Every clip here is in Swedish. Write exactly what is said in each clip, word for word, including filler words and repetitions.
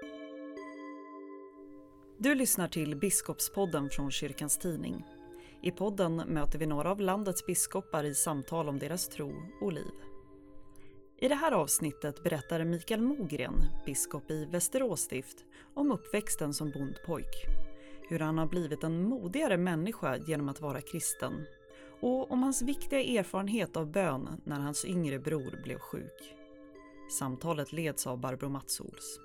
Du lyssnar till Biskopspodden från Kyrkans Tidning. I podden möter vi några av landets biskopar i samtal om deras tro och liv. I det här avsnittet berättar Mikael Mogren, biskop i Västerås stift, om uppväxten som bondpojk. Hur han har blivit en modigare människa genom att vara kristen. Och om hans viktiga erfarenhet av bön när hans yngre bror blev sjuk. Samtalet leds av Barbro Matsols.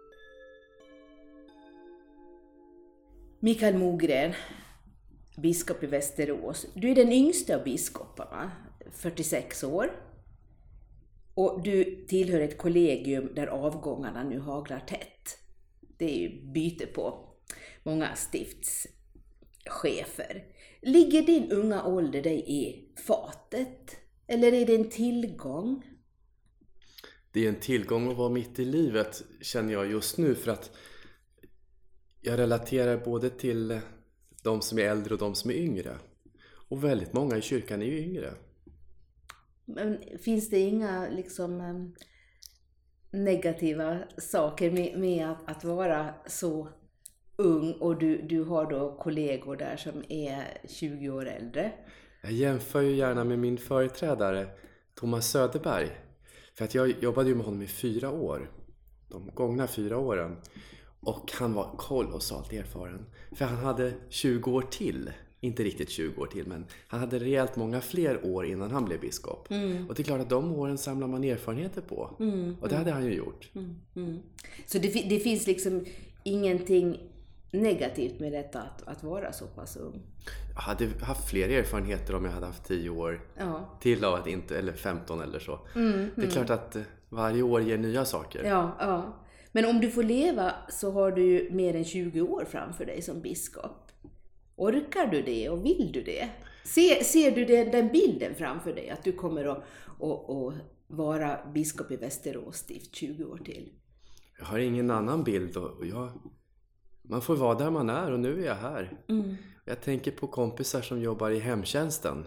Mikael Mogren, biskop i Västerås. Du är den yngsta av biskoparna, fyrtiosex år. Och du tillhör ett kollegium där avgångarna nu haglar tätt. Det är ju byte på många stiftschefer. Ligger din unga ålder dig i fatet? Eller är det en tillgång? Det är en tillgång att vara mitt i livet, känner jag just nu, för att jag relaterar både till de som är äldre och de som är yngre. Och väldigt många i kyrkan är ju yngre. Men finns det inga liksom negativa saker med, med att, att vara så ung, och du, du har då kollegor där som är tjugo år äldre? Jag jämför ju gärna med min företrädare Thomas Söderberg. För att jag jobbade ju med honom i fyra år. De gångna fyra åren. Och han var kolossalt erfaren. För han hade tjugo år till. Inte riktigt tjugo år till, men han hade rejält många fler år innan han blev biskop. Mm. Och det är klart att de åren samlar man erfarenheter på. Mm. Och det hade han ju gjort. Mm. Mm. Så det, det finns liksom ingenting negativt med detta att, att vara så pass ung? Jag hade haft fler erfarenheter om jag hade haft tio år ja. till av att inte, eller femton eller så. Mm. Det är klart att varje år ger nya saker. Ja, ja. Men om du får leva så har du ju mer än tjugo år framför dig som biskop. Orkar du det och vill du det? Ser, ser du det, den bilden framför dig att du kommer att, att, att vara biskop i Västerås stift tjugo år till? Jag har ingen annan bild. Och jag, man får vara där man är, och nu är jag här. Mm. Jag tänker på kompisar som jobbar i hemtjänsten.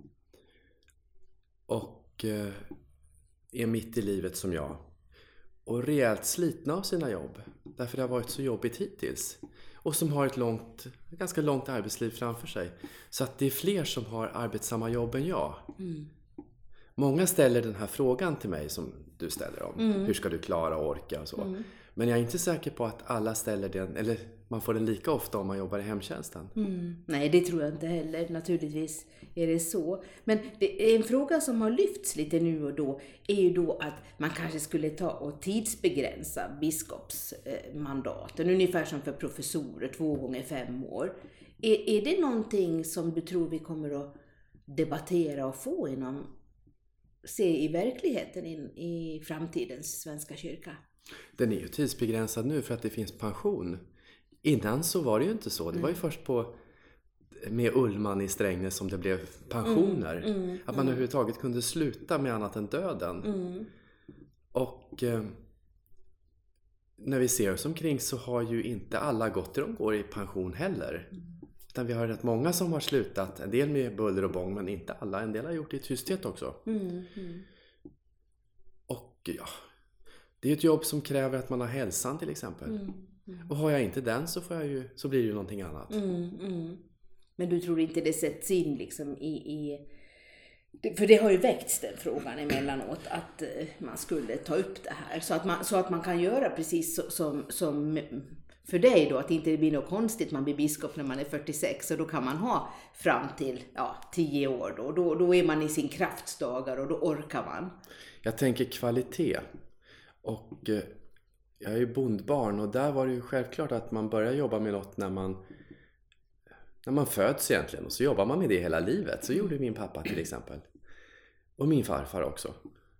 Och eh, är mitt i livet som jag. Och rejält slitna av sina jobb. Därför det har varit så jobbigt hittills. Och som har ett långt, ganska långt arbetsliv framför sig. Så att det är fler som har arbetsamma jobb än jag. Mm. Många ställer den här frågan till mig som du ställer om. Mm. Hur ska du klara och orka och så. Mm. Men jag är inte säker på att alla ställer den, eller man får den lika ofta om man jobbar i hemtjänsten. Mm. Nej, det tror jag inte heller. Naturligtvis är det så. Men det är en fråga som har lyfts lite nu och då är ju då att man kanske skulle ta och tidsbegränsa biskopsmandaten. Ungefär som för professorer, två gånger fem år. Är, är det någonting som du tror vi kommer att debattera och få inom, se i verkligheten in, i framtidens svenska kyrka? Den är ju tidsbegränsad nu för att det finns pension. Innan så var det ju inte så. Det var ju först på med Ullman i Strängnäs som det blev pensioner. Mm, mm, att man mm. överhuvudtaget kunde sluta med annat än döden. Mm. Och eh, när vi ser oss omkring så har ju inte alla gått där de går i pension heller. Mm. Utan vi har rätt många som har slutat. En del med buller och bång, men inte alla. En del har gjort det i tysthet också. Mm, mm. Och ja, det är ett jobb som kräver att man har hälsan till exempel. Mm. Mm. Och har jag inte den så, får jag ju, så blir det ju någonting annat. Mm, mm. Men du tror inte det sätts in liksom i, i... För det har ju väckts den frågan emellanåt att man skulle ta upp det här. Så att man, så att man kan göra precis så, som, som för dig då. Att det inte blir något konstigt. Man blir biskop när man är fyrtiosex. Och då kan man ha fram till ja, tio år då. Då, då är man i sin kraftsdagar och då orkar man. Jag tänker kvalitet. Och jag är ju bondbarn, och där var det ju självklart att man börjar jobba med något när man när man föds egentligen, och så jobbar man med det hela livet. Så gjorde min pappa till exempel. Och min farfar också.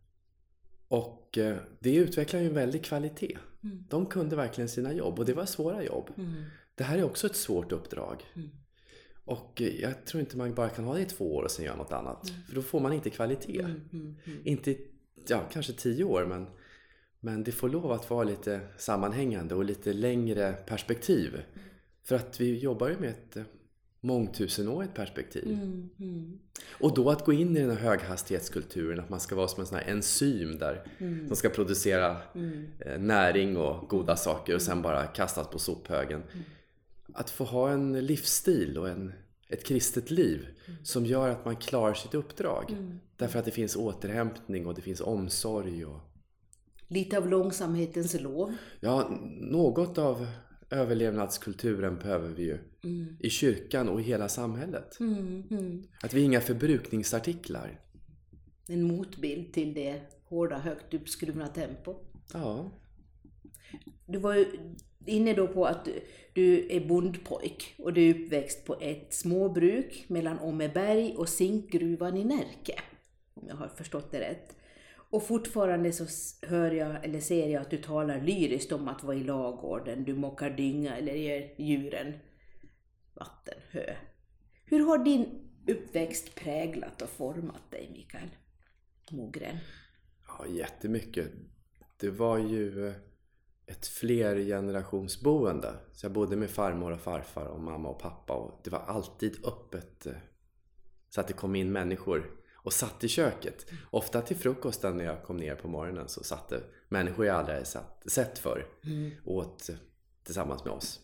Och det utvecklar ju en väldig kvalitet. Mm. De kunde verkligen sina jobb, och det var svåra jobb. Mm. Det här är också ett svårt uppdrag. Mm. Och jag tror inte man bara kan ha det i två år och sen göra något annat. Mm. För då får man inte kvalitet. Mm, mm, mm. Inte, ja, kanske tio år, men Men det får lov att vara lite sammanhängande och lite längre perspektiv. För att vi jobbar ju med ett mångtusenårigt perspektiv. Mm, mm. Och då att gå in i den här höghastighetskulturen, att man ska vara som en sån här enzym där Mm. som ska producera Mm. eh, näring och goda saker och sen bara kastas på sophögen. Mm. Att få ha en livsstil och en, ett kristet liv Mm. som gör att man klarar sitt uppdrag. Mm. Därför att det finns återhämtning och det finns omsorg. Och, Lite av långsamhetens lov. ja, något av överlevnadskulturen behöver vi ju. Mm. I kyrkan och i hela samhället. Mm. Mm. Att vi är inga förbrukningsartiklar. En motbild till det hårda, högt uppskruvna tempo. Ja. Du var ju inne då på att du, du är bondpojk och du är uppväxt på ett småbruk mellan Åmmeberg och zinkgruvan i Närke. Om jag har förstått det rätt. Och fortfarande så hör jag eller ser jag att du talar lyriskt om att vara i ladugården. Du mockar dynga eller ger djuren vatten, hö. Hur har din uppväxt präglat och format dig, Mikael Mogren? Ja, jättemycket. Det var ju ett flergenerationsboende. Så jag bodde med farmor och farfar och mamma och pappa. Och det var alltid öppet. Så att det kom in människor och satt i köket. Ofta till frukosten när jag kom ner på morgonen så satt det människor jag aldrig hade sett för. Mm. Åt tillsammans med oss.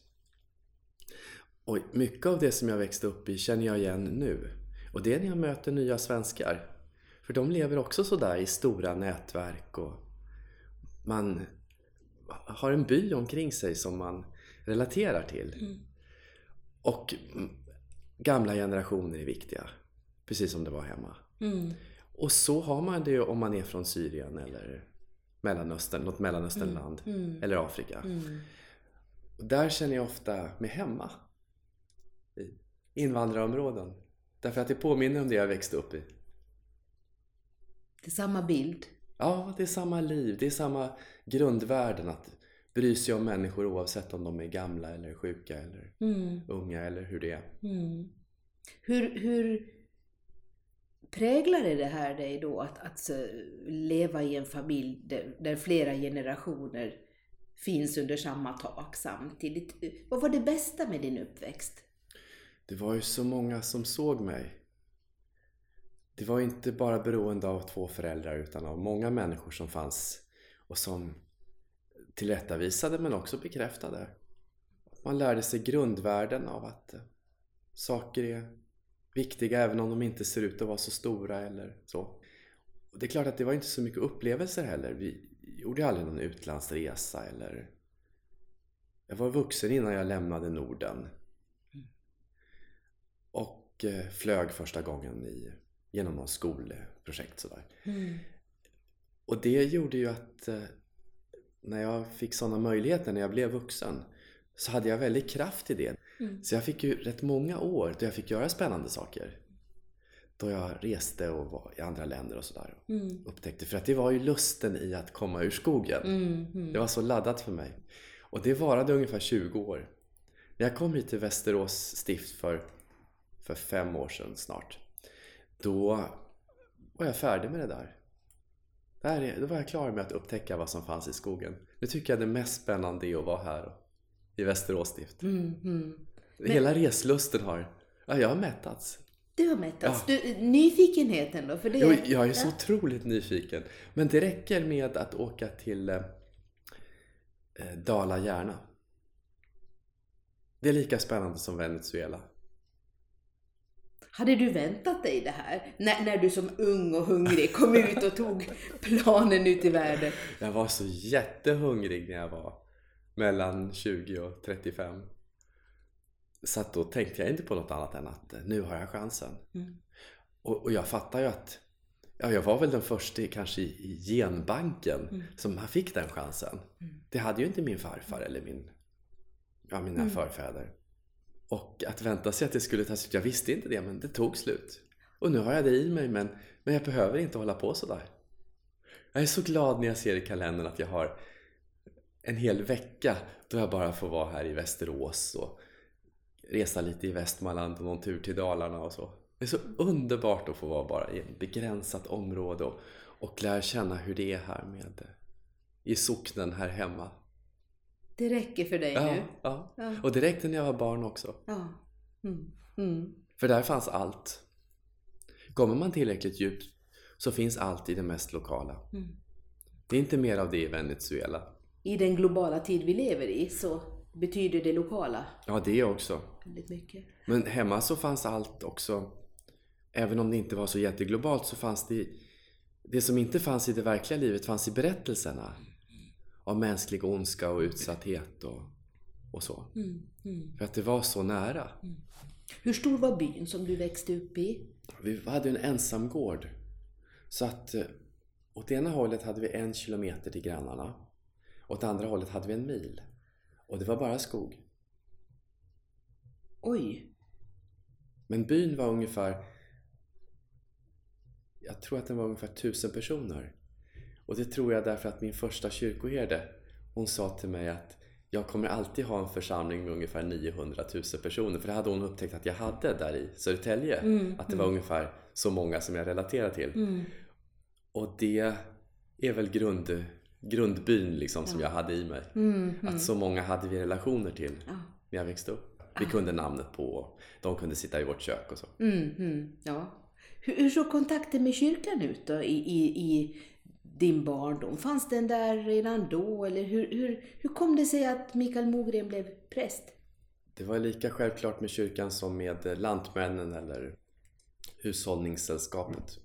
Och mycket av det som jag växte upp i känner jag igen nu. Och det är när jag möter nya svenskar. För de lever också så där i stora nätverk. Och man har en by omkring sig som man relaterar till. Mm. Och gamla generationer är viktiga. Precis som det var hemma. Mm. Och så har man det om man är från Syrien eller Mellanöstern, något Mellanösternland. Mm. Mm. Eller Afrika. Mm. Och där känner jag ofta mig hemma. I invandrarområden. Därför att det påminner om det jag växte upp i. Det är samma bild. Ja, det är samma liv. Det är samma grundvärden att bry sig om människor oavsett om de är gamla eller sjuka eller Mm. unga eller hur det är. Mm. Hur, hur präglar det här dig då att, att leva i en familj där, där flera generationer finns under samma tak samtidigt? Vad var det bästa med din uppväxt? Det var ju så många som såg mig. Det var inte bara beroende av två föräldrar utan av många människor som fanns och som tillrättavisade men också bekräftade. Man lärde sig grundvärden av att saker är viktiga även om de inte ser ut att vara så stora eller så. Och det är klart att det var inte så mycket upplevelser heller. Vi gjorde aldrig någon utlandsresa eller... Jag var vuxen innan jag lämnade Norden. Och flög första gången i, genom någon skolprojekt sådär. Mm. Och det gjorde ju att när jag fick sådana möjligheter när jag blev vuxen så hade jag väldigt kraft i det. Mm. Så jag fick ju rätt många år då jag fick göra spännande saker. Då jag reste och var i andra länder och sådär. Mm. Upptäckte, för att det var ju lusten i att komma ur skogen. Mm. Mm. Det var så laddat för mig. Och det varade ungefär tjugo år. När jag kom hit till Västerås stift för, för fem år sedan snart. Då var jag färdig med det där. där. Då var jag klar med att upptäcka vad som fanns i skogen. Nu tycker jag det mest spännande är att vara här i Västerås stift. Mm, mm. Hela Men... reslusten har... Ja, jag har mättats. Du har mättats. Ja. Du, nyfikenheten då? För det... jag, jag är så ja. otroligt nyfiken. Men det räcker med att åka till eh, Dala-Järna. Det är lika spännande som Venezuela. Hade du väntat dig det här? När, när du som ung och hungrig kom ut och tog planen ut i världen? Jag var så jättehungrig när jag var mellan tjugo och trettiofem. Så att då tänkte jag inte på något annat än att nu har jag chansen. Mm. Och, och jag fattar ju att ja, jag var väl den första kanske i, i genbanken mm. som fick den chansen. Mm. Det hade ju inte min farfar eller min, ja, mina mm. förfäder. Och att vänta sig att det skulle ta slut, jag visste inte det, men det tog slut. Och nu har jag det i mig, men, men jag behöver inte hålla på sådär. Jag är så glad när jag ser i kalendern att jag har en hel vecka då jag bara får vara här i Västerås och resa lite i Västmanland och någon tur till Dalarna och så. Det är så underbart att få vara bara i ett begränsat område och, och lära känna hur det är här med i socknen här hemma. Det räcker för dig ja, nu? Ja. ja, och det räckte när jag var barn också. Ja. Mm. Mm. För där fanns allt. Kommer man tillräckligt djupt så finns allt i det mest lokala. Mm. Det är inte mer av det i Venezuela. I den globala tid vi lever i så betyder det lokala Ja, det också. väldigt mycket. Men hemma så fanns allt också. Även om det inte var så jätteglobalt så fanns det... Det som inte fanns i det verkliga livet fanns i berättelserna. Av mänsklig ondska och utsatthet och, och så. Mm. Mm. För att det var så nära. Mm. Hur stor var byn som du växte upp i? Vi hade en ensam gård. Så att åt ena hållet hade vi en kilometer till grannarna. Åt andra hållet hade vi en mil. Och det var bara skog. Oj. Men byn var ungefär... Jag tror att den var ungefär tusen personer. Och det tror jag därför att min första kyrkoherde, hon sa till mig att jag kommer alltid ha en församling med ungefär niohundratusen personer. För det hade hon upptäckt att jag hade där i Södertälje. Mm, att det mm. var ungefär så många som jag relaterar till. Mm. Och det är väl grund, grundbyn liksom, Ja. som jag hade i mig. Mm, mm. Att så många hade vi relationer till Ja. när jag växte upp. Vi kunde namnet på och de kunde sitta i vårt kök och så. Mm, mm, ja. Hur, hur såg kontakten med kyrkan ut då i, i, i din barndom? Fanns den där redan då? Eller hur, hur, hur kom det sig att Mikael Mogren blev präst? Det var lika självklart med kyrkan som med Lantmännen eller Hushållningssällskapet.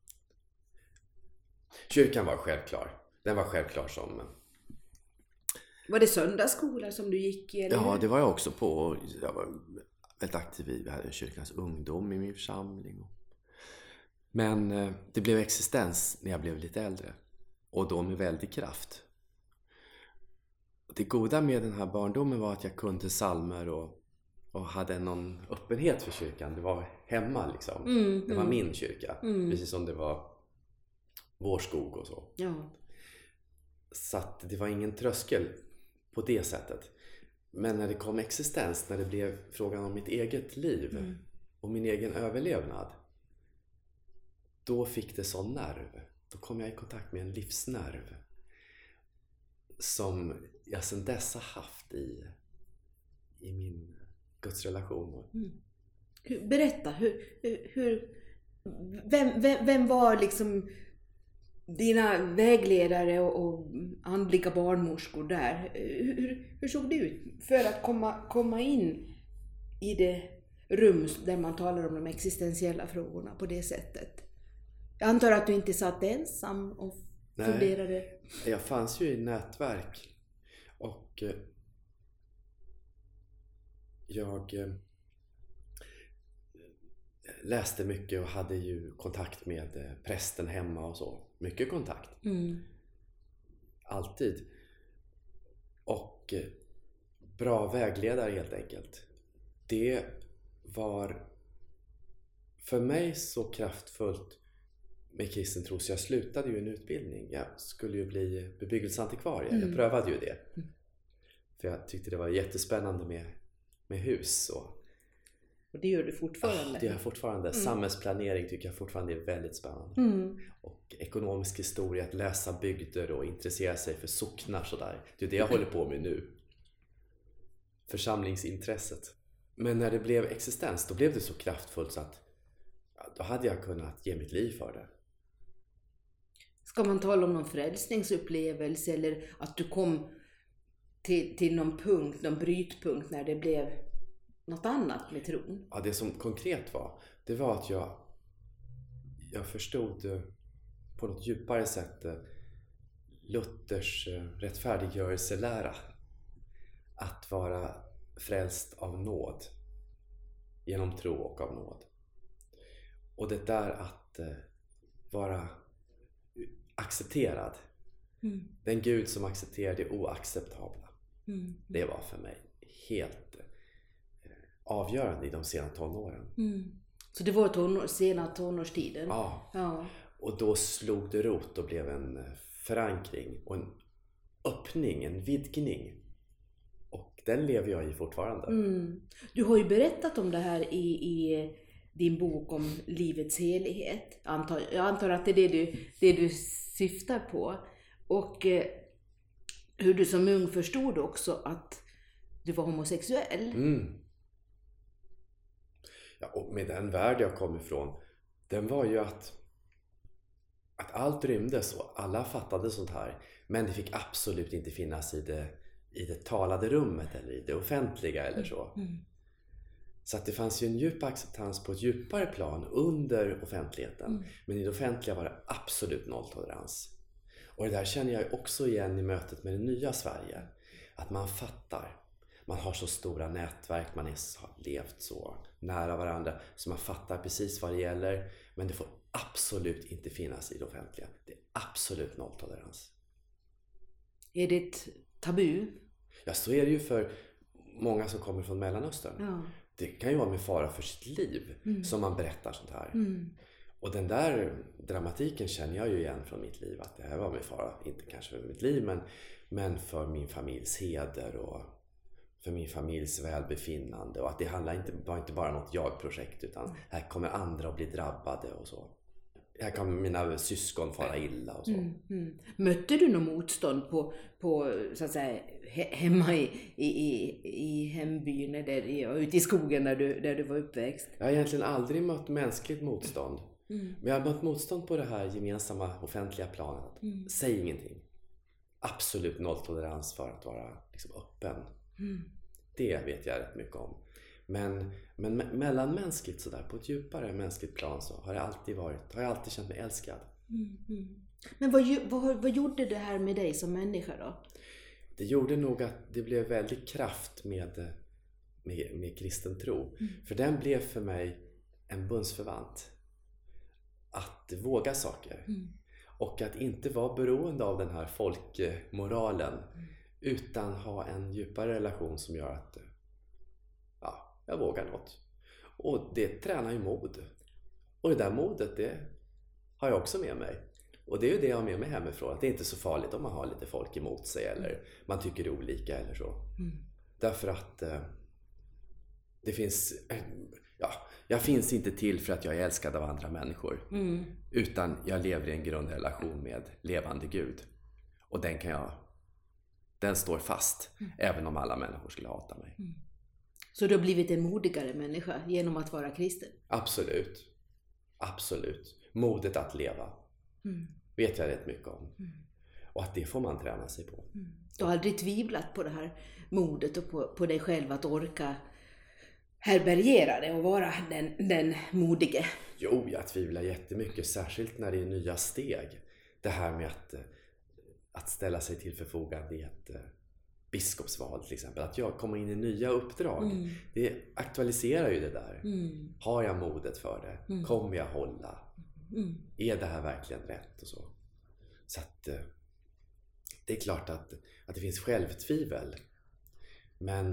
Kyrkan var självklar. Den var självklar som... Var det söndagsskola som du gick i? Eller Ja, hur? det var jag också på. Jag var väldigt aktiv i. Vi hade kyrkans ungdom i min församling. Men eh, det blev existens när jag blev lite äldre. Och då med väldig kraft. Det goda med den här barndomen var att jag kunde psalmer och, och hade någon öppenhet för kyrkan. Det var hemma liksom. Mm, det var mm. min kyrka. Mm. Precis som det var vår skog och så. Ja. Så att det var ingen tröskel på det sättet. Men när det kom existens, när det blev frågan om mitt eget liv Mm. och min egen överlevnad, då fick det sån nerv. Då kom jag i kontakt med en livsnerv som jag sedan dess har haft i, i min gudsrelation. Mm. Hur, berätta, hur, hur, hur, vem, vem, vem var liksom dina vägledare och, och andliga barnmorskor där? Hur, hur såg det ut för att komma, komma in i det rum där man talar om de existentiella frågorna på det sättet? Jag antar att du inte satt ensam och Nej. funderade. Jag fanns ju i nätverk och eh, jag eh, läste mycket och hade ju kontakt med eh, prästen hemma och så. Mycket kontakt. Mm. Alltid. Och eh, bra vägledare helt enkelt. Det var för mig så kraftfullt med kristen tro, så jag slutade ju en utbildning. Jag skulle ju bli bebyggelseantikvarie. Mm. Jag prövade ju det. Mm. För jag tyckte det var jättespännande med, med hus. Och, Och det gör du fortfarande? ah, det gör jag fortfarande. Mm. Samhällsplanering tycker jag fortfarande är väldigt spännande. Mm. Och ekonomisk historia, att läsa bygder och intressera sig för socknar sådär. Det är det jag håller på med nu. Församlingsintresset. Men när det blev existens, då blev det så kraftfullt så att ja, då hade jag kunnat ge mitt liv för det. Ska man tala om någon frälsningsupplevelse eller att du kom till, till någon punkt, någon brytpunkt när det blev något annat med tron? Ja, det som konkret var, det var att jag, jag förstod eh, på något djupare sätt eh, Luthers eh, rättfärdiggörelselära. Att vara frälst av nåd. Genom tro och av nåd. Och det där att eh, vara accepterad. Mm. Den Gud som accepterar det oacceptabla. Mm. Det var för mig helt eh, avgörande i de sena tonåren. Mm. Så det var tonår, sena tonårstiden? Ja. Ja. Och då slog det rot och blev en förankring och en öppning, en vidgning. Och den lever jag i fortfarande. Mm. Du har ju berättat om det här i, i din bok om livets helighet. Antar, jag antar att det är det du, det du syftar på. Och eh, hur du som ung förstod också att du var homosexuell. Mm. Ja, och med den värld jag kom ifrån, den var ju att, att allt rymdes och alla fattade sånt här. Men det fick absolut inte finnas i det, i det talade rummet eller i det offentliga eller så. Mm. Så att det fanns ju en djup acceptans på ett djupare plan under offentligheten. Mm. Men i det offentliga var det absolut nolltolerans. Och det där känner jag också igen i mötet med det nya Sverige. Att man fattar. Man har så stora nätverk, man har levt så nära varandra. Så man fattar precis vad det gäller. Men det får absolut inte finnas i det offentliga. Det är absolut nolltolerans. Är det ett tabu? Ja, så är det ju för många som kommer från Mellanöstern. Ja. Det kan ju vara med fara för sitt liv mm. som man berättar sånt här. Mm. Och den där dramatiken känner jag ju igen från mitt liv. Att det här var med fara, inte kanske för mitt liv, men, men för min familjs heder och för min familjs välbefinnande. Och att det handlar inte, var inte bara något jag-projekt, utan här kommer andra att bli drabbade och så. Här kommer mina syskon fara illa och så. Mm, mm. Mötte du något motstånd på, på så att säga, he, hemma i, i, i hembyn eller ute i skogen där du, där du var uppväxt? Jag har egentligen aldrig mött mänskligt motstånd. Mm. Men jag har mött motstånd på det här gemensamma offentliga planet. Mm. Säg ingenting. Absolut nolltolerans för att vara liksom öppen. Mm. Det vet jag rätt mycket om. Men, men mellanmänskligt sådär, på ett djupare mänskligt plan, så har jag alltid varit, har jag alltid känt mig älskad. Mm, mm. Men vad, vad, vad gjorde det här med dig som människa då? Det gjorde nog att det blev väldigt kraft med, med, med kristen tro. Mm. För den blev för mig en bundsförvant. Att våga saker. Mm. Och att inte vara beroende av den här folkmoralen. Mm. Utan ha en djupare relation som gör att ja, jag vågar något. Och det tränar ju mod. Och det där modet, det har jag också med mig. Och det är ju det jag har med mig hemifrån. Att det är inte så farligt om man har lite folk emot sig. Eller man tycker det är olika eller så. Mm. Därför att eh, det finns... Eh, ja, jag finns inte till för att jag är älskad av andra människor. Mm. Utan jag lever i en grundrelation med levande Gud. Och den kan jag... Den står fast. Mm. Även om alla människor skulle hata mig. Mm. Så du har blivit en modigare människa genom att vara kristen? Absolut. Absolut. Modet att leva. Mm. Vet jag rätt mycket om. Mm. Och att det får man träna sig på. Mm. Du har aldrig tvivlat på det här modet och på, på dig själv att orka härbärgera det och vara den, den modige? Jo, jag tvivlar jättemycket. Särskilt när det är nya steg. Det här med att, att ställa sig till förfogande i ett biskopsval till exempel. Att jag kommer in i nya uppdrag. Mm. Det aktualiserar ju det där. Mm. Har jag modet för det? Mm. Kommer jag hålla? Mm. Är det här verkligen rätt och så? Så att det är klart att, att det finns självtvivel. Men,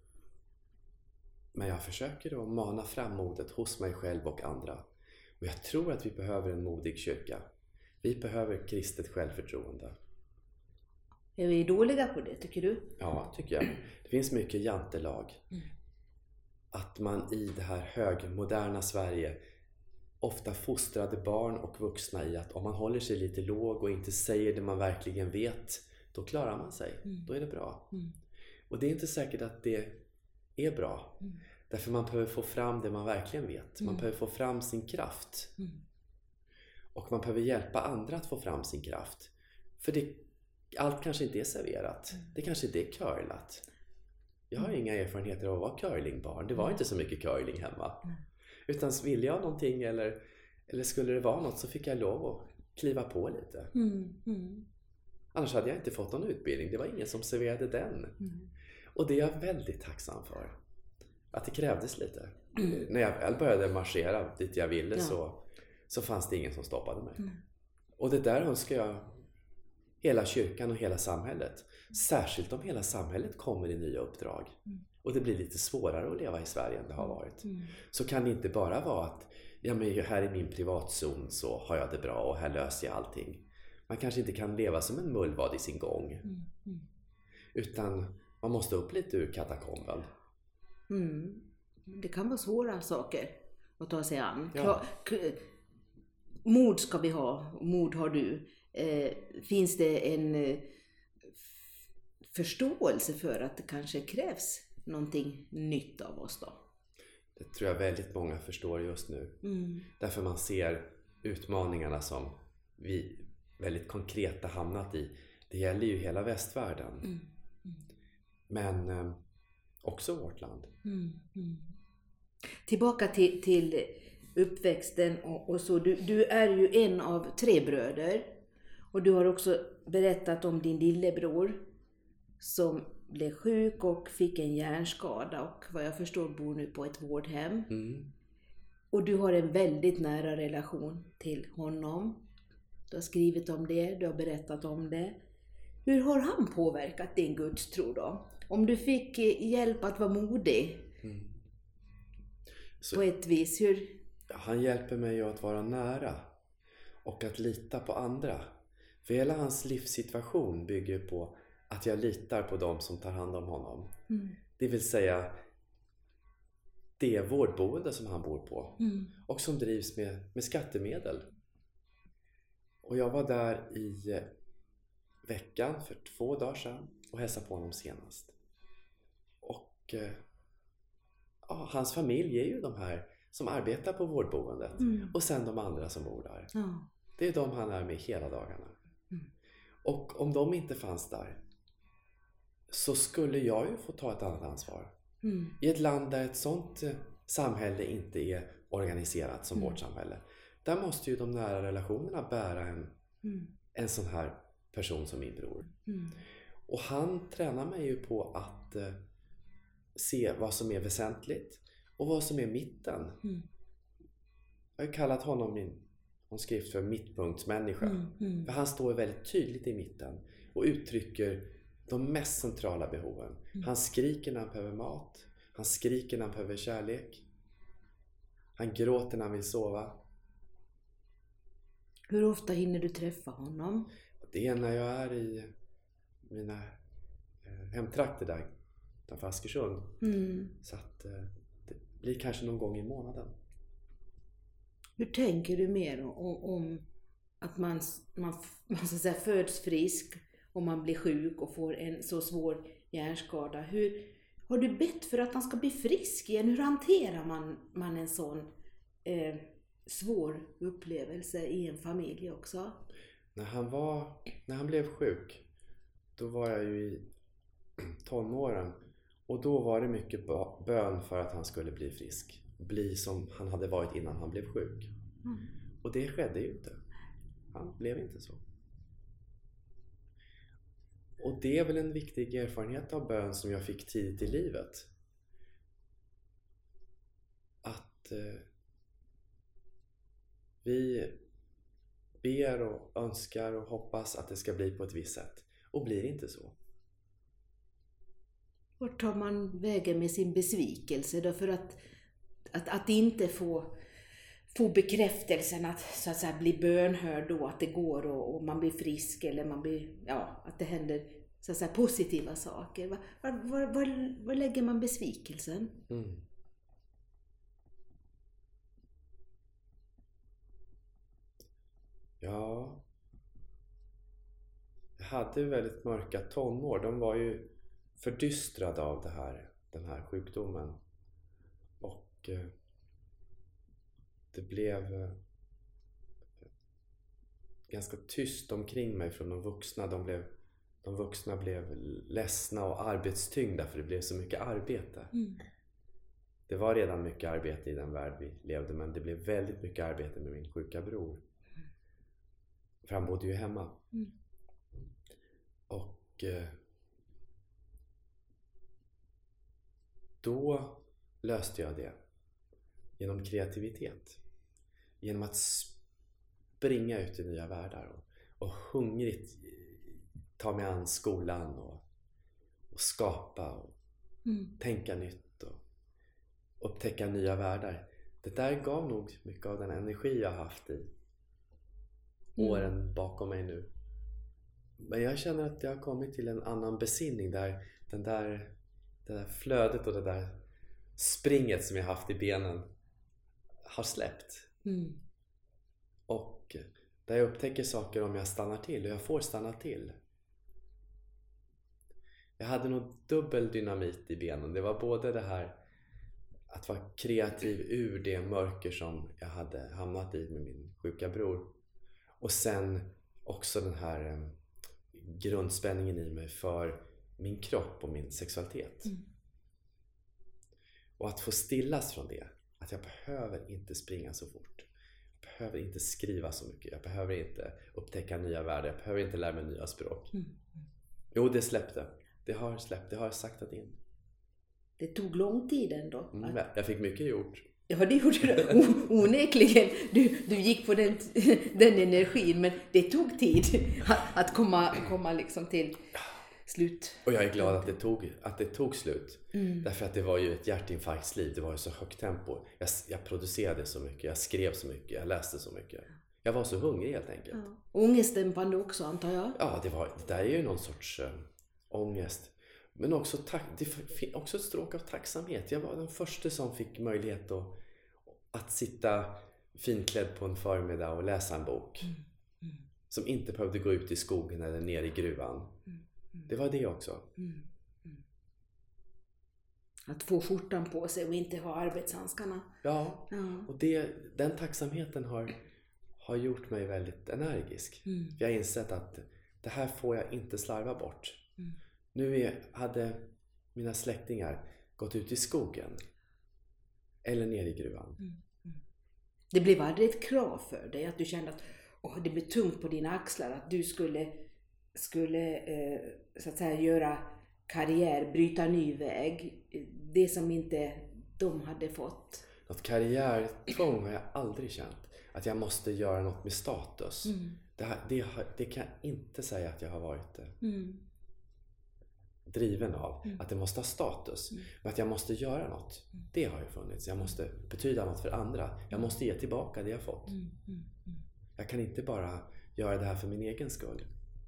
men jag försöker då mana fram modet hos mig själv och andra. Och jag tror att vi behöver en modig kyrka. Vi behöver kristet självförtroende. Är vi dåliga på det, tycker du? Ja, tycker jag. Det finns mycket jantelag. Mm. Att man i det här högmoderna Sverige ofta fostrade barn och vuxna i att om man håller sig lite låg och inte säger det man verkligen vet, då klarar man sig. Mm. Då är det bra. Mm. Och det är inte säkert att det är bra. Mm. Därför man behöver få fram det man verkligen vet. Man mm. behöver få fram sin kraft. Mm. Och man behöver hjälpa andra att få fram sin kraft. För det, allt kanske inte är serverat. Mm. Det kanske inte är curlat. Jag har mm. inga erfarenheter av att vara curlingbarn. Det var mm. inte så mycket curling hemma. Mm. Utan ville jag någonting eller, eller skulle det vara något så fick jag lov att kliva på lite. Mm. Mm. Annars hade jag inte fått någon utbildning. Det var ingen som serverade den. Mm. Och det är jag väldigt tacksam för. Att det krävdes lite. Mm. När jag väl började marschera dit jag ville ja. så, så fanns det ingen som stoppade mig. Mm. Och det där önskar jag hela kyrkan och hela samhället. Särskilt om hela samhället kommer i nya uppdrag. Mm. Och det blir lite svårare att leva i Sverige än det har varit. Mm. Så kan det inte bara vara att ja, men här i min privatzon så har jag det bra och här löser jag allting. Man kanske inte kan leva som en mullvad i sin gång. Mm. Mm. Utan man måste upp lite ur katakomben. Mm. Det kan vara svåra saker att ta sig an. Ja. Mod ska vi ha, mod har du. Eh, finns det en eh, förståelse för att det kanske krävs någonting nytt av oss då? Det tror jag väldigt många förstår just nu. Mm. Därför man ser utmaningarna som vi väldigt konkret har hamnat i. Det gäller ju hela västvärlden. Mm. Mm. Men eh, också vårt land. Mm. Mm. Tillbaka till, till uppväxten och, och så. Du, du är ju en av tre bröder. Och du har också berättat om din lillebror som blev sjuk och fick en hjärnskada och vad jag förstår bor nu på ett vårdhem. Mm. Och du har en väldigt nära relation till honom. Du har skrivit om det, du har berättat om det. Hur har han påverkat din gudstro då? Om du fick hjälp att vara modig Mm. Så, på ett vis, hur? han hjälper mig att vara nära och att lita på andra. För hela hans livssituation bygger på att jag litar på dem som tar hand om honom. Mm. Det vill säga det vårdboende som han bor på. Mm. Och som drivs med, med skattemedel. Och jag var där i eh, veckan för två dagar sedan och hälsade på honom senast. Och eh, ja, hans familj är ju de här som arbetar på vårdboendet. Mm. Och sen de andra som bor där. Ja. Det är de han är med hela dagarna. Mm. Och om de inte fanns där så skulle jag ju få ta ett annat ansvar. Mm. I ett land där ett sånt eh, samhälle inte är organiserat som Mm. vårt samhälle. Där måste ju de nära relationerna bära en, Mm. en sån här person som min bror. Mm. Och han tränar mig ju på att eh, se vad som är väsentligt och vad som är mitten. Mm. Jag har kallat honom min hon skrift för mittpunktsmänniska. Mm. Mm. För han står väldigt tydligt i mitten och uttrycker de mest centrala behoven. Mm. Han skriker när han behöver mat. Han skriker när han behöver kärlek. Han gråter när han vill sova. Hur ofta hinner du träffa honom? Det är när jag är i mina hemtrakter där utanför Askersund. Mm. Så att det blir kanske någon gång i månaden. Hur tänker du mer om, om att man, man, man så att säga, föds frisk och man blir sjuk och får en så svår hjärnskada? Hur, har du bett för att han ska bli frisk igen? Hur hanterar man, man en sån eh, svår upplevelse i en familj också? När han, var, när han blev sjuk, då var jag ju i tonåren. Och då var det mycket bön för att han skulle bli frisk. Bli som han hade varit innan han blev sjuk. Mm. Och det skedde ju inte. Han blev inte så. Och det är väl en viktig erfarenhet av bön som jag fick tidigt i livet. Att eh, vi ber och önskar och hoppas att det ska bli på ett visst sätt. Och blir inte så. Vart tar man vägen med sin besvikelse då? För att, att, att inte få, få bekräftelsen att, så att säga, bli bönhörd då, att det går och, och man blir frisk eller man blir, ja, att det händer så att säga, positiva saker. Var, var, var, var, var lägger man besvikelsen? Mm. Ja, jag hade väldigt mörka tonår. De var ju fördystrade av det här, den här sjukdomen. Och eh, det blev eh, ganska tyst omkring mig från de vuxna. De, blev, de vuxna blev ledsna och arbetstyngda för det blev så mycket arbete. Mm. Det var redan mycket arbete i den värld vi levde, men det blev väldigt mycket arbete med min sjuka bror. För han bodde ju hemma. Mm. Och eh, då löste jag det genom kreativitet. Genom att springa ut i nya världar och, och hungrigt ta mig an skolan och, och skapa och Mm. tänka nytt och upptäcka nya världar. Det där gav nog mycket av den energi jag haft i åren mm. bakom mig nu. Men jag känner att jag har kommit till en annan besinning där den där, det där flödet och det där springet som jag haft i benen har släppt. Mm. Och där jag upptäcker saker om jag stannar till och jag får stanna till. Jag hade nog dubbel dynamit i benen. Det var både det här att vara kreativ ur det mörker som jag hade hamnat i med min sjuka bror. Och sen också den här eh, grundspänningen i mig för min kropp och min sexualitet. Mm. Och att få stillas från det. Att jag behöver inte springa så fort. Jag behöver inte skriva så mycket. Jag behöver inte upptäcka nya världar. Jag behöver inte lära mig nya språk. Mm. Jo, det släppte. Det har släppt. Det har saktat in. Det tog lång tid ändå. Mm, jag fick mycket gjort. Ja, det gjorde du. Onekligen. Du, du gick på den, den energin. Men det tog tid att, att komma, komma liksom till slut. Och jag är glad att det tog, att det tog slut. Mm. Därför att det var ju ett hjärtinfarktsliv. Det var ju så högt tempo. Jag, jag producerade så mycket. Jag skrev så mycket. Jag läste så mycket. Jag var så hungrig helt enkelt. Ja. Ångestdämpande också, antar jag. Ja, det, var, det där är ju någon sorts äh, ångest. Men också, tack, det, också ett stråk av tacksamhet. Jag var den första som fick möjlighet att, att sitta finklädd på en förmiddag och läsa en bok. Mm. Mm. Som inte behövde gå ut i skogen eller ner i gruvan. Mm. Mm. Det var det också. Mm. Mm. Att få skjortan på sig och inte ha arbetshandskarna. Ja, ja. Och det, den tacksamheten har, har gjort mig väldigt energisk. Mm. Jag har insett att det här får jag inte slarva bort. Mm. Nu är, hade mina släktingar gått ut i skogen eller ner i gruvan. Mm. Mm. Det blev aldrig ett krav för dig att du kände att åh, det blev tungt på dina axlar att du skulle, skulle eh, så att säga göra karriär, bryta ny väg. Det som inte de hade fått. Något karriärtvång har jag aldrig känt. Att jag måste göra något med status. Mm. Det, här, det, det kan jag inte säga att jag har varit det. Mm. driven av. Mm. Att det måste ha status. Mm. Men att jag måste göra något. Mm. Det har ju funnits. Jag måste betyda något för andra. Jag måste ge tillbaka det jag fått. Mm. Mm. Mm. Jag kan inte bara göra det här för min egen skull.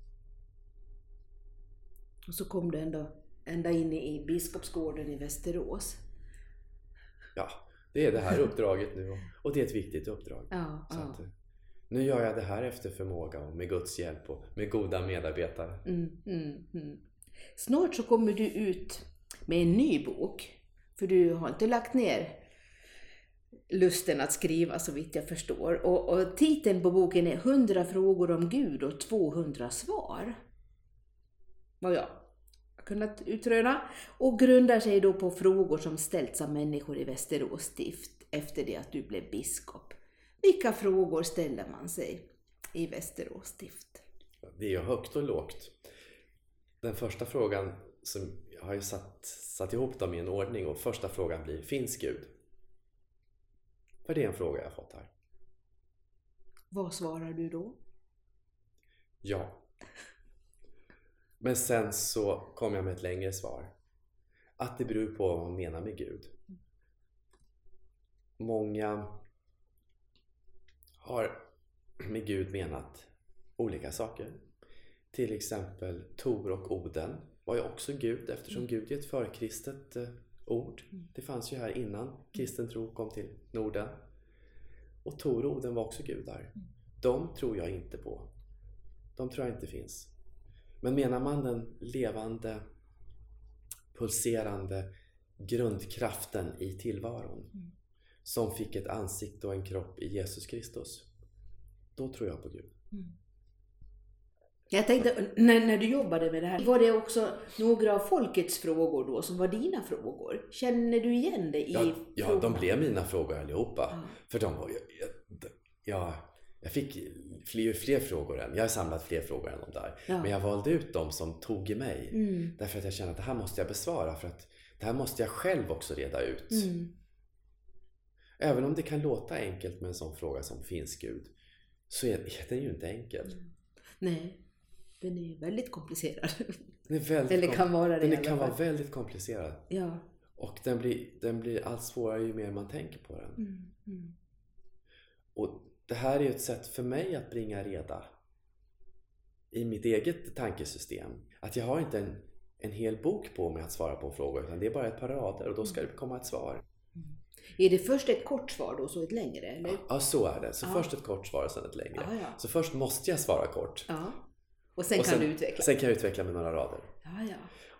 Och så kom du ändå ända in i Biskopsgården i Västerås. Ja, det är det här uppdraget nu. Och det är ett viktigt uppdrag. Ja, så ja. Att, nu gör jag det här efter förmåga och med Guds hjälp och med goda medarbetare. Mm, mm, mm. Snart så kommer du ut med en ny bok. För du har inte lagt ner lusten att skriva så vitt jag förstår. Och, och titeln på boken är hundra frågor om Gud och tvåhundra svar. Vad jag har kunnat utröna. Och grundar sig då på frågor som ställts av människor i Västerås stift efter det att du blev biskop. Vilka frågor ställer man sig i Västerås stift? Det är ju högt och lågt. Den första frågan som jag har ju satt, satt ihop dem i en ordning och första frågan blir: finns Gud? För det är en fråga jag har fått här. Vad svarar du då? Ja. Men sen så kom jag med ett längre svar. Att det beror på vad man menar med Gud. Många har med Gud menat olika saker. Till exempel Tor och Oden var ju också Gud, eftersom Gud är ett förkristet eh, ord. Det fanns ju här innan kristen tro kom till Norden. Och Tor och Oden var också gudar. De tror jag inte på. De tror jag inte finns. Men menar man den levande, pulserande grundkraften i tillvaron mm. som fick ett ansikte och en kropp i Jesus Kristus, då tror jag på Gud. Mm. Jag tänkte, när, när du jobbade med det här, var det också några av folkets frågor då som var dina frågor? Känner du igen dig i ja, ja, de blev mina frågor allihopa. Ja. För de var ju... Jag, jag, jag fick fler, fler frågor än... Jag har samlat fler frågor än de där. Ja. Men jag valde ut dem som tog i mig. Mm. Därför att jag kände att det här måste jag besvara. För att det här måste jag själv också reda ut. Mm. Även om det kan låta enkelt med en sån fråga som finns Gud, så är, är den ju inte enkel. Mm. Nej. Den är väldigt komplicerad. Den, är väldigt Eller kan vara det. Den kan vara väldigt komplicerad. Ja. Och den blir, den blir allt svårare ju mer man tänker på den. Mm, mm. Och det här är ett sätt för mig att bringa reda i mitt eget tankesystem. Att jag har inte en, en hel bok på mig att svara på en fråga, utan det är bara ett par rader och då ska det komma ett svar. Mm. Är det först ett kort svar då, så ett längre? Eller? Ja, så är det. Så ja. Först ett kort svar och sen ett längre. Ja, ja. Så först måste jag svara kort. Ja. Och sen, och sen kan du utveckla. Sen kan jag utveckla med några rader. Ja, ja.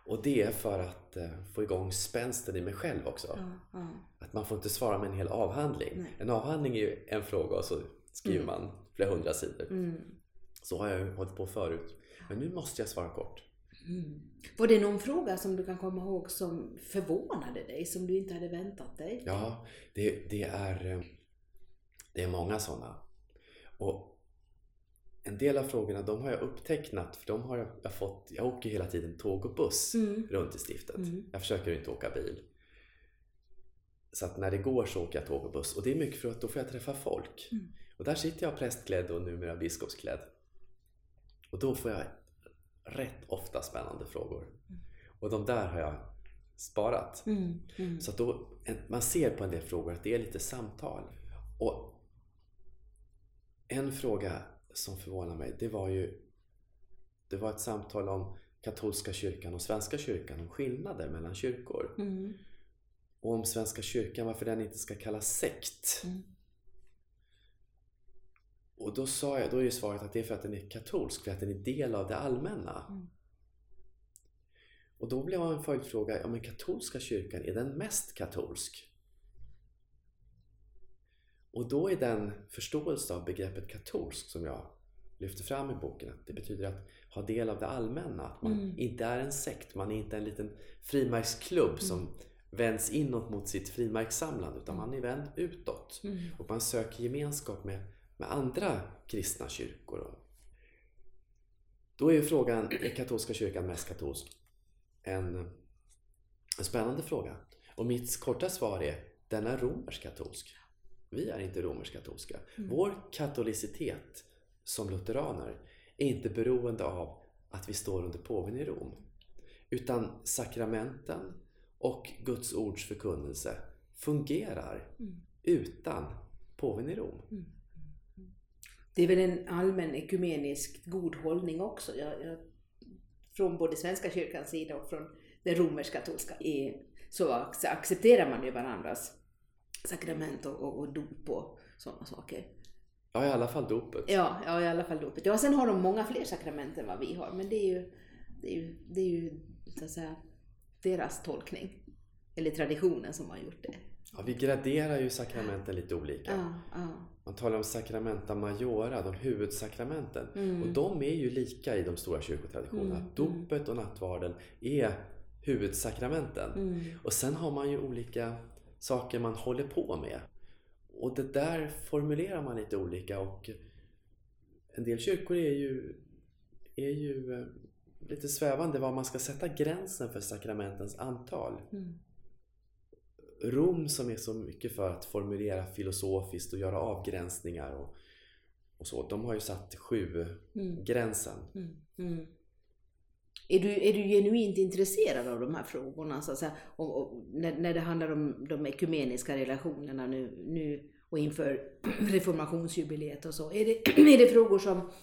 Och det är för att eh, få igång spänsten i mig själv också. Ja, ja. Att man får inte svara med en hel avhandling. Nej. En avhandling är ju en fråga och så skriver Mm. man flera hundra sidor. Mm. Så har jag ju hållit på förut. Men nu måste jag svara kort. Mm. Var det någon fråga som du kan komma ihåg som förvånade dig, som du inte hade väntat dig? Ja, det, det, är, det är många sådana. Och en del av frågorna, de har jag upptecknat, för de har jag, jag fått, jag åker hela tiden tåg och buss Mm. runt i stiftet. Mm. Jag försöker inte åka bil. Så att när det går så åker jag tåg och buss. Och det är mycket för att då får jag träffa folk. Mm. Och där sitter jag prästklädd och numera biskopsklädd. Och då får jag rätt ofta spännande frågor. Mm. Och de där har jag sparat. Mm. Mm. Så att då, man ser på en del frågor att det är lite samtal. Och en fråga som förvånar mig, det var ju det var ett samtal om katolska kyrkan och svenska kyrkan, om skillnader mellan kyrkor. Mm. Och om svenska kyrkan, varför den inte ska kallas sekt. Mm. Och då sa jag, då är ju svaret att det är för att den är katolsk, för att den är del av det allmänna. Mm. Och då blev en följdfråga, ja men katolska kyrkan, är den mest katolsk? Och då är den förståelse av begreppet katolsk som jag lyfter fram i boken, att det betyder att ha del av det allmänna, att man Mm. inte är en sekt, man är inte en liten frimärksklubb mm. som vänds inåt mot sitt frimärkssamlande, utan man är vänd utåt. Mm. Och man söker gemenskap med, med andra kristna kyrkor. Då är ju frågan, är katolska kyrkan mest katolsk? En, en spännande fråga. Och mitt korta svar är, den är romersk-katolsk. Vi är inte romersk-katolska. Mm. Vår katolicitet som lutheraner är inte beroende av att vi står under påven i Rom. Utan sakramenten och Guds ords förkunnelse fungerar mm. utan påven i Rom. Mm. Det är väl en allmän ekumenisk god hållning också. Jag, jag, från både svenska kyrkans sida och från den romersk-katolska. Så accepterar man ju varandras sakrament och, och, och dop och sådana saker. Ja, i alla fall dopet. Ja, ja, i alla fall dopet. Ja, sen har de många fler sakrament än vad vi har. Men det är ju, det är ju, det är ju så att säga, deras tolkning. Eller traditionen som har gjort det. Ja, vi graderar ju sakramenten lite olika. Ja, ja. Man talar om sacramenta majora, de huvudsakramenten. Mm. Och de är ju lika i de stora kyrkotraditionerna. Mm. Dopet och nattvarden är huvudsakramenten. Mm. Och sen har man ju olika saker man håller på med. Och det där formulerar man lite olika. Och en del kyrkor är ju, är ju lite svävande var man ska sätta gränsen för sakramentens antal. Mm. Rom som är så mycket för att formulera filosofiskt och göra avgränsningar och, och så. De har ju satt sju mm. gränsen. Mm. Mm. Är du, är du genuint intresserad av de här frågorna så att säga, och, och, när, när det handlar om de ekumeniska relationerna nu, nu och inför reformationsjubileet och så? Är det, är det frågor som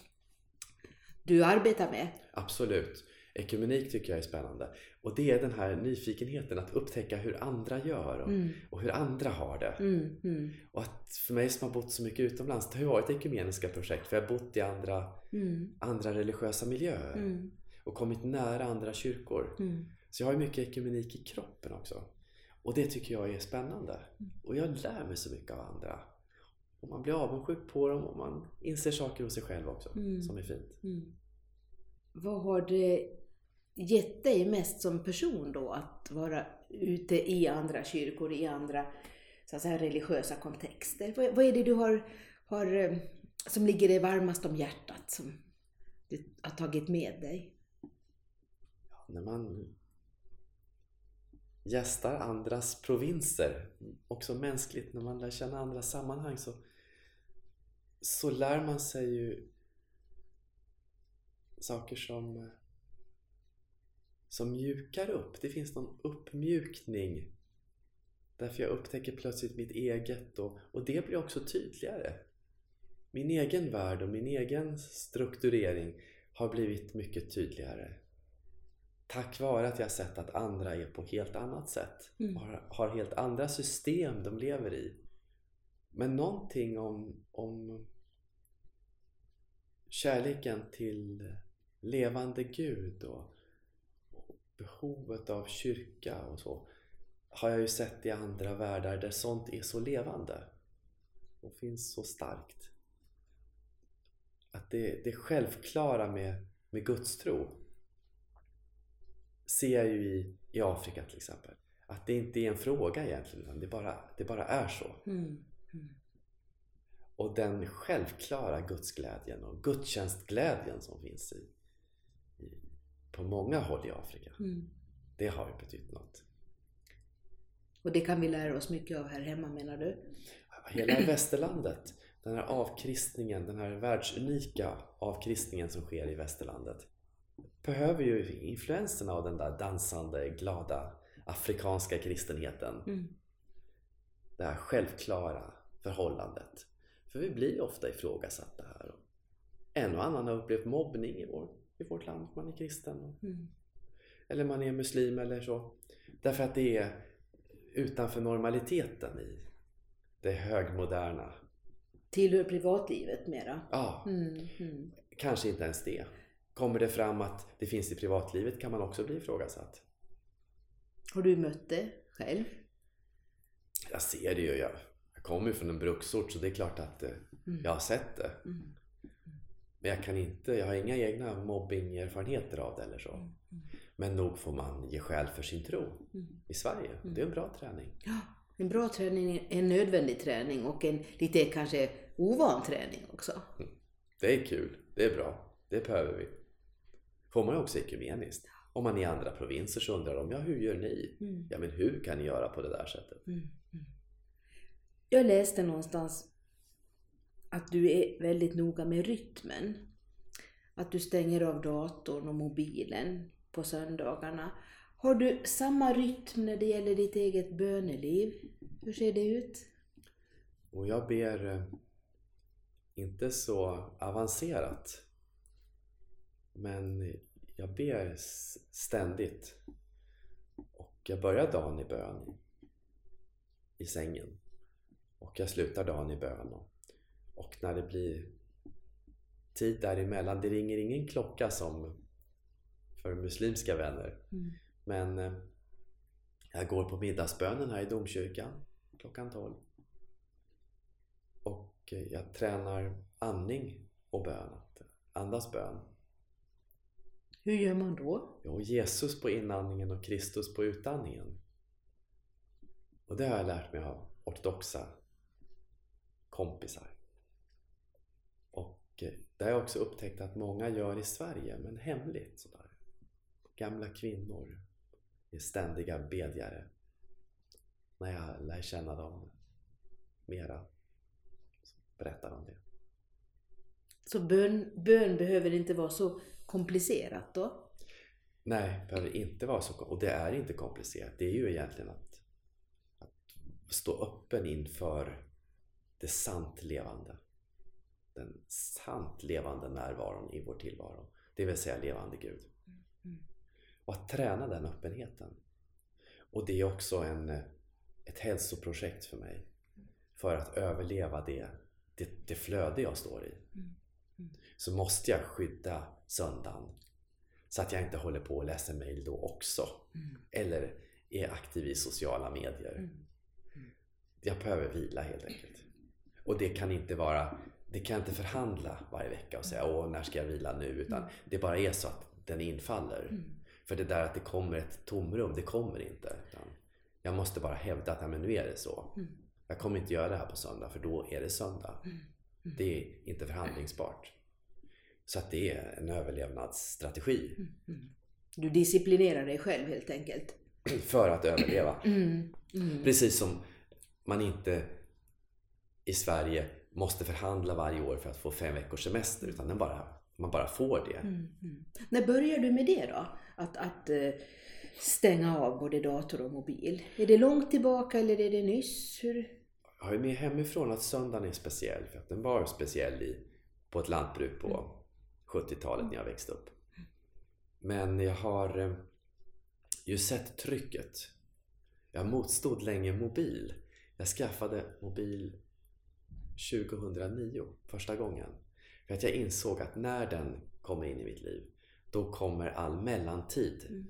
du arbetar med? Absolut. Ekumenik tycker jag är spännande. Och det är den här nyfikenheten att upptäcka hur andra gör och, mm. och hur andra har det. Mm, mm. Och att för mig som har bott så mycket utomlands, det har ju varit ekumeniska projekt. För jag har bott i andra, mm. andra religiösa miljöer. Mm. Och kommit nära andra kyrkor. Mm. Så jag har ju mycket ekumenik i kroppen också. Och det tycker jag är spännande. Mm. Och jag lär mig så mycket av andra. Och man blir avundsjuk på dem och man inser saker hos sig själv också. Mm. Som är fint. Mm. Vad har det gett dig mest som person då att vara ute i andra kyrkor, i andra så att säga, religiösa kontexter? Vad, vad är det du har, har som ligger dig varmast om hjärtat som du har tagit med dig? Ja, när man gästar andras provinser, också mänskligt, när man lär känna andra sammanhang så, så lär man sig ju saker som som mjukar upp. Det finns någon uppmjukning. Därför jag upptäcker plötsligt mitt eget och, och det blir också tydligare. Min egen värld och min egen strukturering har blivit mycket tydligare. Tack vare att jag har sett att andra är på helt annat sätt. Mm. Har, har helt andra system de lever i. Men någonting om, om kärleken till levande Gud och behovet av kyrka och så har jag ju sett i andra världar där sånt är så levande och finns så starkt. Att det, det självklara med, med Guds tro ser jag ju i, i Afrika till exempel. Att det inte är en fråga egentligen, utan det bara, det bara är så. Mm. Mm. Och den självklara gudsglädjen och gudstjänstglädjen som finns i, i, på många håll i Afrika. Mm. Det har ju betytt något. Och det kan vi lära oss mycket av här hemma, menar du? Hela västerlandet, den här avkristningen, den här världsunika avkristningen som sker i västerlandet, behöver ju influenserna av den där dansande, glada afrikanska kristenheten. Mm. Det här självklara förhållandet. För vi blir ofta ifrågasatta här. En och annan har upplevt mobbning i, vår, i vårt land. Man är kristen. Mm. Eller man är muslim eller så. Därför att det är utanför normaliteten i det högmoderna. Tillhör privatlivet mera. Ja, Mm. Mm. kanske inte ens det. Kommer det fram att det finns i privatlivet kan man också bli ifrågasatt. Har du mött det själv? Jag ser det ju. Jag, jag kommer ju från en bruksort, så det är klart att eh, Mm. jag har sett det. Mm. Men jag kan inte, jag har inga egna mobbingerfarenheter av det eller så. Mm. Men nog får man ge skäl för sin tro Mm. i Sverige. Mm. Det är en bra träning. Ja, en bra träning är en nödvändig träning och en lite kanske ovan träning också. Det är kul, det är bra, det behöver vi. Får man också ekumeniskt. Om man är i andra provinser så undrar de, ja hur gör ni? Mm. Ja men hur kan ni göra på det där sättet? Mm. Mm. Jag läste någonstans att du är väldigt noga med rytmen. Att du stänger av datorn och mobilen på söndagarna. Har du samma rytm när det gäller ditt eget böneliv? Hur ser det ut? Och jag ber eh, inte så avancerat. Men jag ber ständigt. Och jag börjar dagen i bön i, i sängen. Och jag slutar dagen i bön. Och, och när det blir tid däremellan, det ringer ingen klocka som för muslimska vänner. Mm. Men eh, jag går på middagsbönen här i domkyrkan klockan tolv. Och eh, jag tränar andning och bön. Att andas bön. Hur gör man då? Jo, Jesus på inandningen och Kristus på utandningen. Och det har jag lärt mig av ortodoxa kompisar. Och eh, det har jag också upptäckt att många gör i Sverige, men hemligt sådär. Gamla kvinnor är ständiga bedjare. När jag lär känna dem mera så berättar de det. Så bön, bön behöver inte vara så komplicerat då? Nej, det behöver inte vara så. Och det är inte komplicerat. Det är ju egentligen att, att stå öppen inför det sant levande. Den sant levande närvaron i vår tillvaro. Det vill säga levande Gud. Mm. Och att träna den öppenheten. Och det är också en, ett hälsoprojekt för mig. För att överleva det, det, det flöde jag står i. Mm. Mm. Så måste jag skydda söndagen. Så att jag inte håller på och läser mejl då också. Mm. Eller är aktiv i sociala medier. Mm. Mm. Jag behöver vila helt enkelt. Och det kan inte vara, det kan inte förhandla varje vecka och säga åh när ska jag vila nu. Utan Mm. det bara är så att den infaller. Mm. För det där att det kommer ett tomrum, det kommer inte. Utan jag måste bara hävda att ja, men nu är det så. Mm. Jag kommer inte göra det här på söndag för då är det söndag. Mm. Mm. Det är inte förhandlingsbart. Så att det är en överlevnadsstrategi. Mm. Mm. Du disciplinerar dig själv helt enkelt. För att överleva. Mm. Mm. Precis som man inte i Sverige måste förhandla varje år för att få fem veckors semester. Utan den bara, man bara får det. Mm. Mm. När börjar du med det då? Att, att uh, stänga av både dator och mobil. Är det långt tillbaka eller är det nyss? Hur? Jag har ju med hemifrån att söndagen är speciell. För att den var speciell i, på ett lantbruk på sjuttiotalet när jag växte upp. Men jag har eh, ju sett trycket. Jag motstod länge mobil. Jag skaffade mobil tjugohundranio första gången. För att jag insåg att när den kommer in i mitt liv då kommer all mellantid Mm.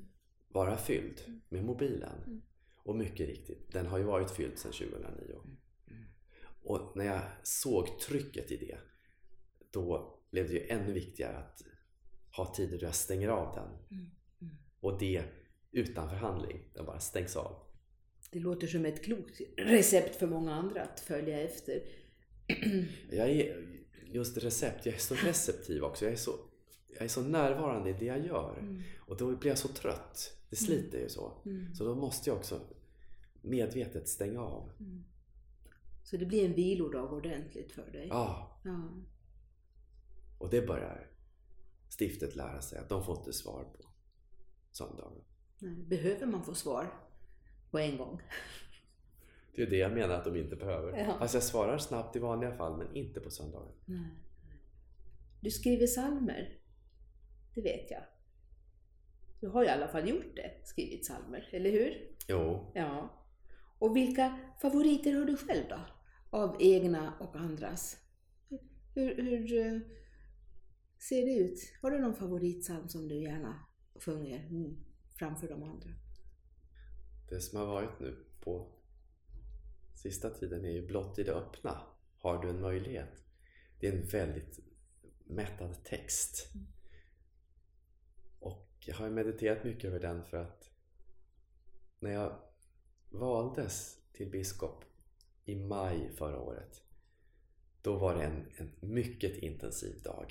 vara fylld med mobilen. Mm. Och mycket riktigt, den har ju varit fylld sedan tjugohundranio. Mm. Mm. Och när jag såg trycket i det, då blev det ju ännu viktigare att ha tider då jag stänger av den. Mm. Mm. Och det utan förhandling, den bara stängs av. Det låter som ett klokt recept för många andra att följa efter. Jag är just recept, jag är så receptiv också. Jag är så, jag är så närvarande i det jag gör. Mm. Och då blir jag så trött. Det sliter ju så. Mm. Så då måste jag också medvetet stänga av. Mm. Så det blir en vilodag ordentligt för dig? Ja. ja. Och det börjar stiftet lära sig att de får inte svar på söndagen. Nej, behöver man få svar på en gång? Det är det jag menar att de inte behöver. Ja. Alltså jag svarar snabbt i vanliga fall, men inte på söndagen. Nej. Du skriver psalmer. Det vet jag. Du har i alla fall gjort det, skrivit psalmer, eller hur? Jo. Ja. Och vilka favoriter har du själv då? Av egna och andras? Hur, hur ser det ut? Har du någon favoritpsalm som du gärna sjunger framför de andra? Det som har varit nu på sista tiden är ju blott i det öppna. Har du en möjlighet? Det är en väldigt mättad text. Mm. Och jag har mediterat mycket över den för att när jag valdes till biskop i maj förra året, då var det en, en mycket intensiv dag.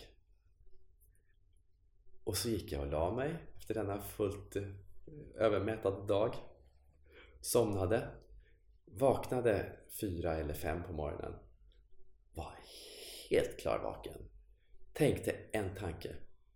Och så gick jag och la mig efter denna fullt eh, övermättad dag. Somnade. Vaknade fyra eller fem på morgonen. Var helt klar vaken. Tänkte en tanke.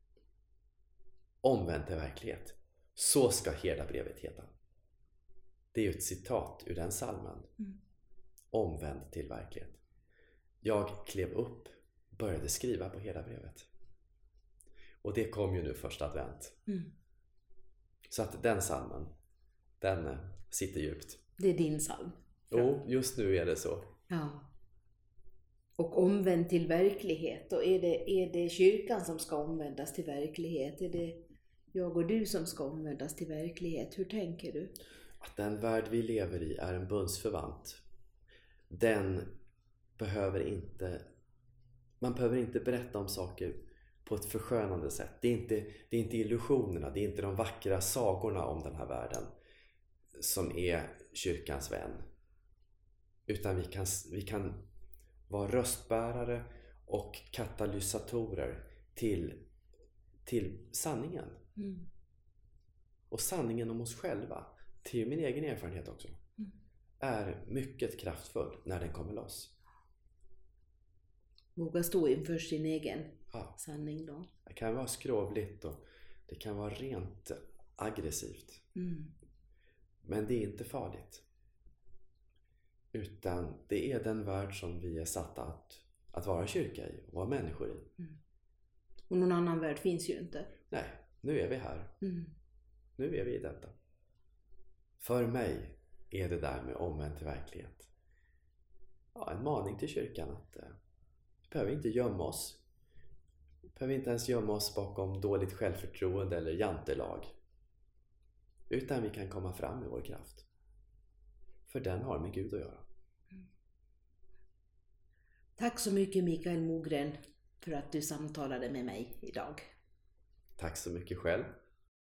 Omvänd till verklighet. Så ska hela brevet heta. Det är ju ett citat ur den psalmen. Mm. Omvänd till verklighet. Jag klev upp. Började skriva på hela brevet. Och det kom ju nu första advent. Mm. Så att den psalmen, den sitter djupt. Det är din psalm. Jo, just nu är det så. Ja. Och omvänd till verklighet. Och är det, är det kyrkan som ska omvändas till verklighet? Är det jag och du som ska omvändas till verklighet? Hur tänker du? Att den värld vi lever i är en bundsförvant. Den behöver inte... Man behöver inte berätta om saker på ett förskönande sätt. Det är inte, det är inte illusionerna, det är inte de vackra sagorna om den här världen som är kyrkans vän. Utan vi kan, vi kan vara röstbärare och katalysatorer till, till sanningen. Mm. Och sanningen om oss själva, till min egen erfarenhet också, mm. är mycket kraftfull när den kommer loss. Våga stå inför sin egen ja. sanning då. Det kan vara skrovligt och det kan vara rent aggressivt. Mm. Men det är inte farligt. Utan det är den värld som vi är satta att, att vara kyrka i och vara människor i. Mm. Och någon annan värld finns ju inte. Nej, nu är vi här. Mm. Nu är vi i detta. För mig är det där med omvänd till verklighet. Ja, en maning till kyrkan att eh, vi behöver inte gömma oss. Vi behöver inte ens gömma oss bakom dåligt självförtroende eller jantelag. Utan vi kan komma fram med vår kraft. För den har med Gud att göra. Mm. Tack så mycket Mikael Mogren för att du samtalade med mig idag. Tack så mycket själv.